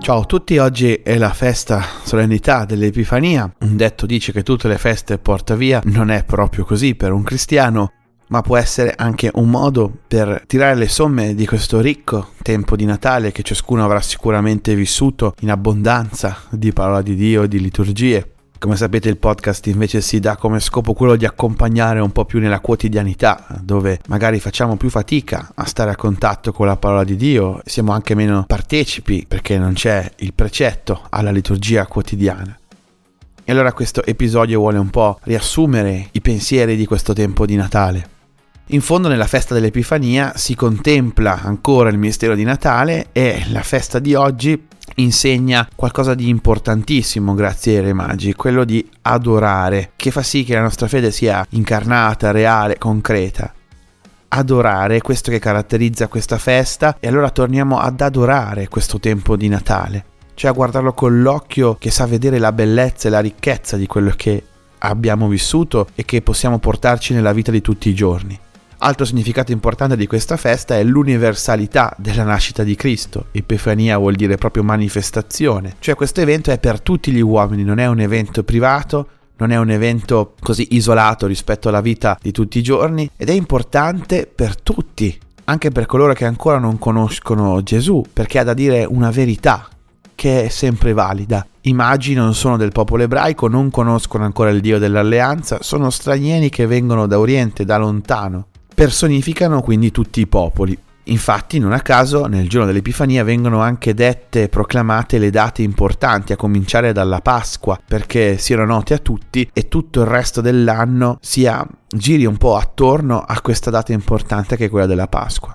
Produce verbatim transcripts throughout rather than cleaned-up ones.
Ciao a tutti, oggi è la festa solennità dell'Epifania. Un detto dice che tutte le feste porta via, non è proprio così per un cristiano, ma può essere anche un modo per tirare le somme di questo ricco tempo di Natale che ciascuno avrà sicuramente vissuto in abbondanza di parola di Dio e di liturgie. Come sapete, il podcast invece si dà come scopo quello di accompagnare un po' più nella quotidianità, dove magari facciamo più fatica a stare a contatto con la parola di Dio, siamo anche meno partecipi perché non c'è il precetto alla liturgia quotidiana. E allora questo episodio vuole un po' riassumere i pensieri di questo tempo di Natale. In fondo, nella festa dell'Epifania si contempla ancora il mistero di Natale e la festa di oggi insegna qualcosa di importantissimo grazie ai Re Magi, quello di adorare, che fa sì che la nostra fede sia incarnata, reale, concreta. Adorare è questo che caratterizza questa festa, e allora torniamo ad adorare questo tempo di Natale, cioè a guardarlo con l'occhio che sa vedere la bellezza e la ricchezza di quello che abbiamo vissuto e che possiamo portarci nella vita di tutti i giorni. Altro significato importante di questa festa è l'universalità della nascita di Cristo. Epifania vuol dire proprio manifestazione, cioè questo evento è per tutti gli uomini, non è un evento privato, non è un evento così isolato rispetto alla vita di tutti i giorni, ed è importante per tutti, anche per coloro che ancora non conoscono Gesù, perché ha da dire una verità che è sempre valida. I magi non sono del popolo ebraico, non conoscono ancora il Dio dell'alleanza, sono stranieri che vengono da Oriente, da lontano. Personificano quindi tutti i popoli. Infatti, non a caso, nel giorno dell'Epifania vengono anche dette e proclamate le date importanti, a cominciare dalla Pasqua, perché siano note a tutti e tutto il resto dell'anno sia giri un po' attorno a questa data importante che è quella della Pasqua.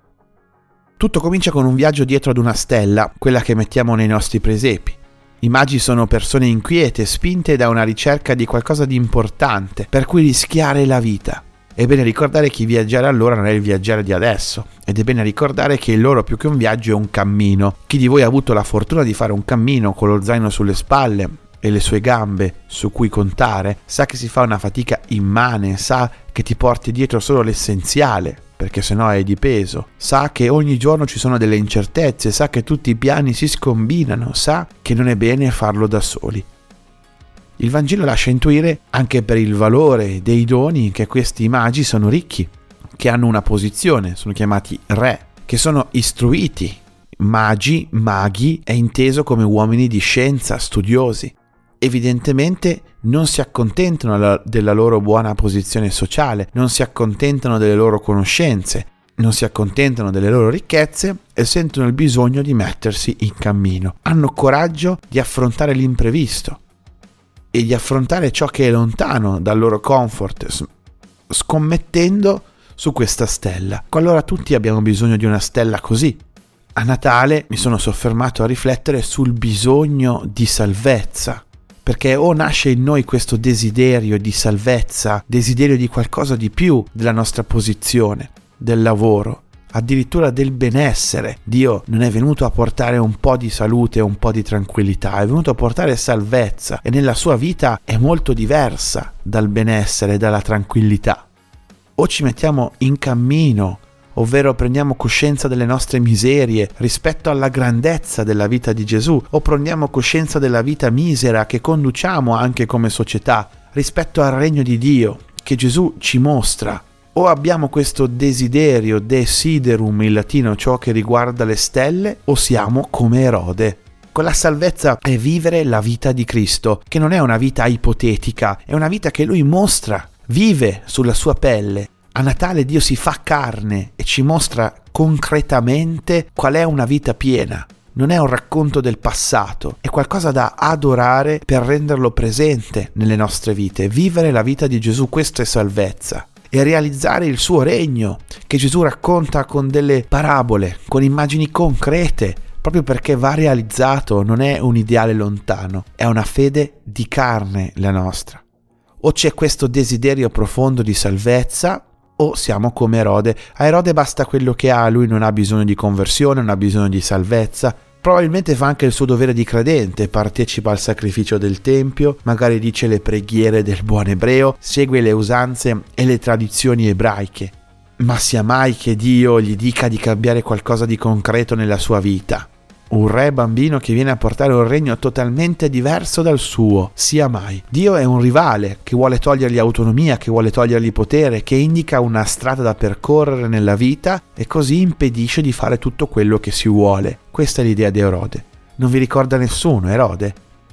Tutto comincia con un viaggio dietro ad una stella, quella che mettiamo nei nostri presepi. I magi sono persone inquiete, spinte da una ricerca di qualcosa di importante, per cui rischiare la vita. È bene ricordare che viaggiare allora non è il viaggiare di adesso, ed è bene ricordare che il loro più che un viaggio è un cammino. Chi di voi ha avuto la fortuna di fare un cammino con lo zaino sulle spalle e le sue gambe su cui contare, sa che si fa una fatica immane, sa che ti porti dietro solo l'essenziale, perché sennò è di peso, sa che ogni giorno ci sono delle incertezze, sa che tutti i piani si scombinano, sa che non è bene farlo da soli. Il Vangelo lascia intuire anche per il valore dei doni che questi magi sono ricchi, che hanno una posizione, sono chiamati re, che sono istruiti. Magi, maghi, è inteso come uomini di scienza, studiosi. Evidentemente non si accontentano la, della loro buona posizione sociale, non si accontentano delle loro conoscenze, non si accontentano delle loro ricchezze e sentono il bisogno di mettersi in cammino. Hanno coraggio di affrontare l'imprevisto e di affrontare ciò che è lontano dal loro comfort, scommettendo su questa stella. Allora tutti abbiamo bisogno di una stella così. A Natale mi sono soffermato a riflettere sul bisogno di salvezza, perché o nasce in noi questo desiderio di salvezza, desiderio di qualcosa di più della nostra posizione, del lavoro, addirittura del benessere. Dio non è venuto a portare un po' di salute e un po' di tranquillità, è venuto a portare salvezza, e nella sua vita è molto diversa dal benessere e dalla tranquillità. O ci mettiamo in cammino, ovvero prendiamo coscienza delle nostre miserie rispetto alla grandezza della vita di Gesù, o prendiamo coscienza della vita misera che conduciamo anche come società rispetto al regno di Dio che Gesù ci mostra. O abbiamo questo desiderio, desiderum in latino, ciò che riguarda le stelle, o siamo come Erode. Con la salvezza è vivere la vita di Cristo, che non è una vita ipotetica, è una vita che Lui mostra, vive sulla sua pelle. A Natale Dio si fa carne e ci mostra concretamente qual è una vita piena. Non è un racconto del passato, è qualcosa da adorare per renderlo presente nelle nostre vite. Vivere la vita di Gesù, questo è salvezza. E realizzare il suo regno, che Gesù racconta con delle parabole, con immagini concrete, proprio perché va realizzato, non è un ideale lontano, è una fede di carne la nostra. O c'è questo desiderio profondo di salvezza, o siamo come Erode. A Erode basta quello che ha, lui non ha bisogno di conversione, non ha bisogno di salvezza. Probabilmente fa anche il suo dovere di credente, partecipa al sacrificio del tempio, magari dice le preghiere del buon ebreo, segue le usanze e le tradizioni ebraiche. Ma sia mai che Dio gli dica di cambiare qualcosa di concreto nella sua vita. un re bambino che viene a portare un regno totalmente diverso dal suo, sia mai. Dio è un rivale che vuole togliergli autonomia, che vuole togliergli potere, che indica una strada da percorrere nella vita e così impedisce di fare tutto quello che si vuole. Questa è l'idea di Erode. Non vi ricorda nessuno Erode?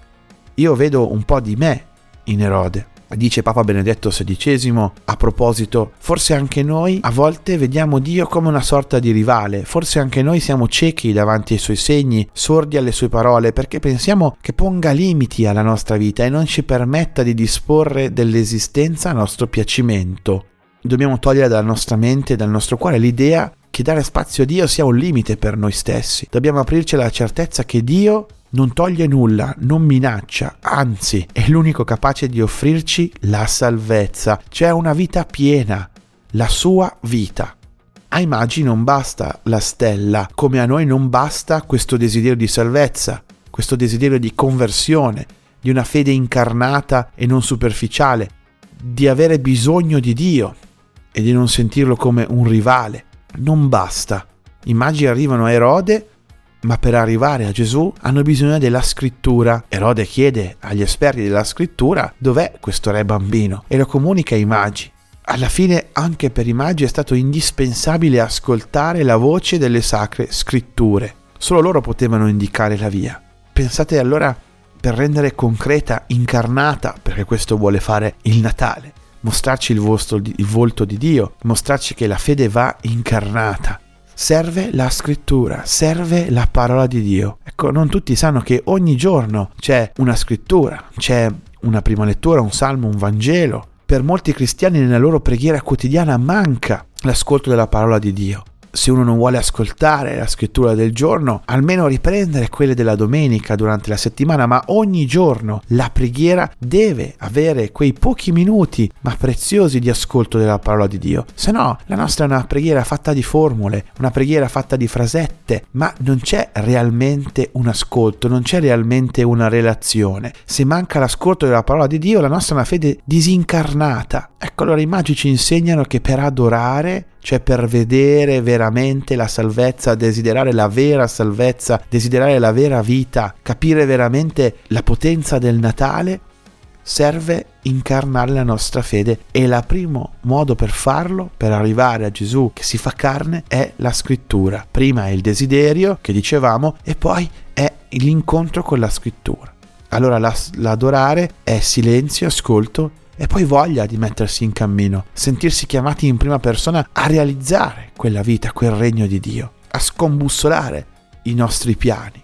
Io vedo un po' di me in Erode. Dice Papa Benedetto sedicesimo a proposito, forse anche noi a volte vediamo Dio come una sorta di rivale, forse anche noi siamo ciechi davanti ai suoi segni, sordi alle sue parole, perché pensiamo che ponga limiti alla nostra vita e non ci permetta di disporre dell'esistenza a nostro piacimento. Dobbiamo togliere dalla nostra mente e dal nostro cuore l'idea che dare spazio a Dio sia un limite per noi stessi. Dobbiamo aprirci alla certezza che Dio non toglie nulla, non minaccia, anzi è l'unico capace di offrirci la salvezza, cioè una vita piena, la sua vita. Ai magi non basta la stella, come a noi non basta questo desiderio di salvezza, questo desiderio di conversione, di una fede incarnata e non superficiale, di avere bisogno di Dio e di non sentirlo come un rivale. Non basta. I magi arrivano a Erode, ma per arrivare a Gesù hanno bisogno della scrittura. Erode chiede agli esperti della scrittura dov'è questo re bambino e lo comunica ai magi. Alla fine anche per i magi è stato indispensabile ascoltare la voce delle sacre scritture. Solo loro potevano indicare la via. Pensate allora, per rendere concreta, incarnata, perché questo vuole fare il Natale, mostrarci il, volto, il volto di Dio, mostrarci che la fede va incarnata. Serve la scrittura, serve la parola di Dio. Ecco, non tutti sanno che ogni giorno c'è una scrittura, c'è una prima lettura, un salmo, un Vangelo. Per molti cristiani nella loro preghiera quotidiana manca l'ascolto della parola di Dio. Se uno non vuole ascoltare la scrittura del giorno, almeno riprendere quelle della domenica durante la settimana, ma ogni giorno la preghiera deve avere quei pochi minuti, ma preziosi, di ascolto della parola di Dio. Se no, la nostra è una preghiera fatta di formule, una preghiera fatta di frasette, ma non c'è realmente un ascolto, non c'è realmente una relazione. Se manca l'ascolto della parola di Dio, la nostra è una fede disincarnata. Ecco, allora i magi ci insegnano che per adorare, cioè per vedere veramente la salvezza, desiderare la vera salvezza, desiderare la vera vita, capire veramente la potenza del Natale, serve incarnare la nostra fede e il primo modo per farlo, per arrivare a Gesù che si fa carne, è la scrittura. Prima è il desiderio, che dicevamo, e poi è l'incontro con la scrittura. Allora l'adorare è silenzio, ascolto, e poi voglia di mettersi in cammino, sentirsi chiamati in prima persona a realizzare quella vita, quel regno di Dio, a scombussolare i nostri piani.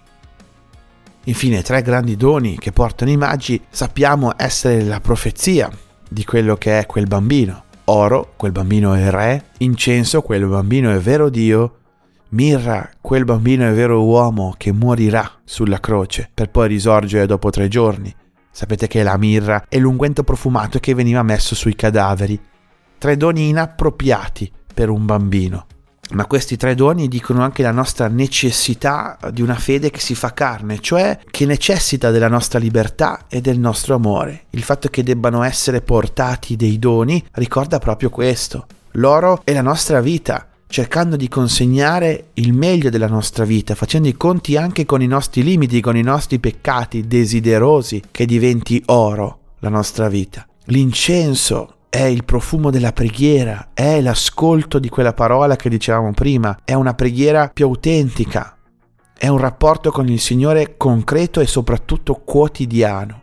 Infine, tre grandi doni che portano i magi sappiamo essere la profezia di quello che è quel bambino. Oro, quel bambino è re; incenso, quel bambino è vero Dio; mirra, quel bambino è vero uomo che morirà sulla croce per poi risorgere dopo tre giorni. Sapete che la mirra è l'unguento profumato che veniva messo sui cadaveri. Tre doni inappropriati per un bambino. Ma questi tre doni dicono anche la nostra necessità di una fede che si fa carne, cioè che necessita della nostra libertà e del nostro amore. Il fatto che debbano essere portati dei doni ricorda proprio questo. L'oro è la nostra vita, cercando di consegnare il meglio della nostra vita, facendo i conti anche con i nostri limiti, con i nostri peccati, desiderosi che diventi oro la nostra vita. L'incenso è il profumo della preghiera, è l'ascolto di quella parola che dicevamo prima, è una preghiera più autentica, è un rapporto con il Signore concreto e soprattutto quotidiano.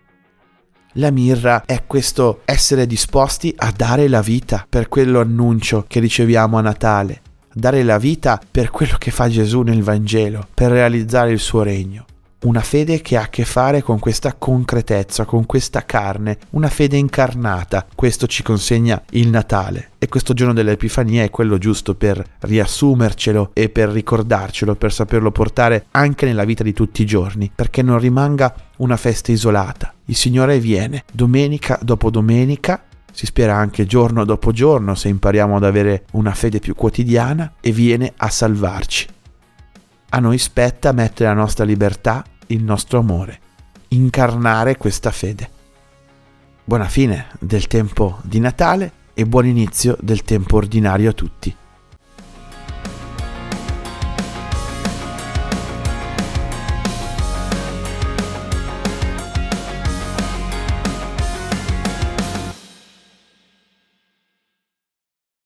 La mirra è questo essere disposti a dare la vita per quello annuncio che riceviamo a Natale, dare la vita per quello che fa Gesù nel Vangelo, per realizzare il suo regno. Una fede che ha a che fare con questa concretezza, con questa carne, una fede incarnata. Questo ci consegna il Natale e questo giorno dell'Epifania è quello giusto per riassumercelo e per ricordarcelo, per saperlo portare anche nella vita di tutti i giorni, perché non rimanga una festa isolata. Il Signore viene domenica dopo domenica, si spera anche giorno dopo giorno se impariamo ad avere una fede più quotidiana, e viene a salvarci. A noi spetta mettere la nostra libertà, il nostro amore, incarnare questa fede. Buona fine del tempo di Natale e buon inizio del tempo ordinario a tutti.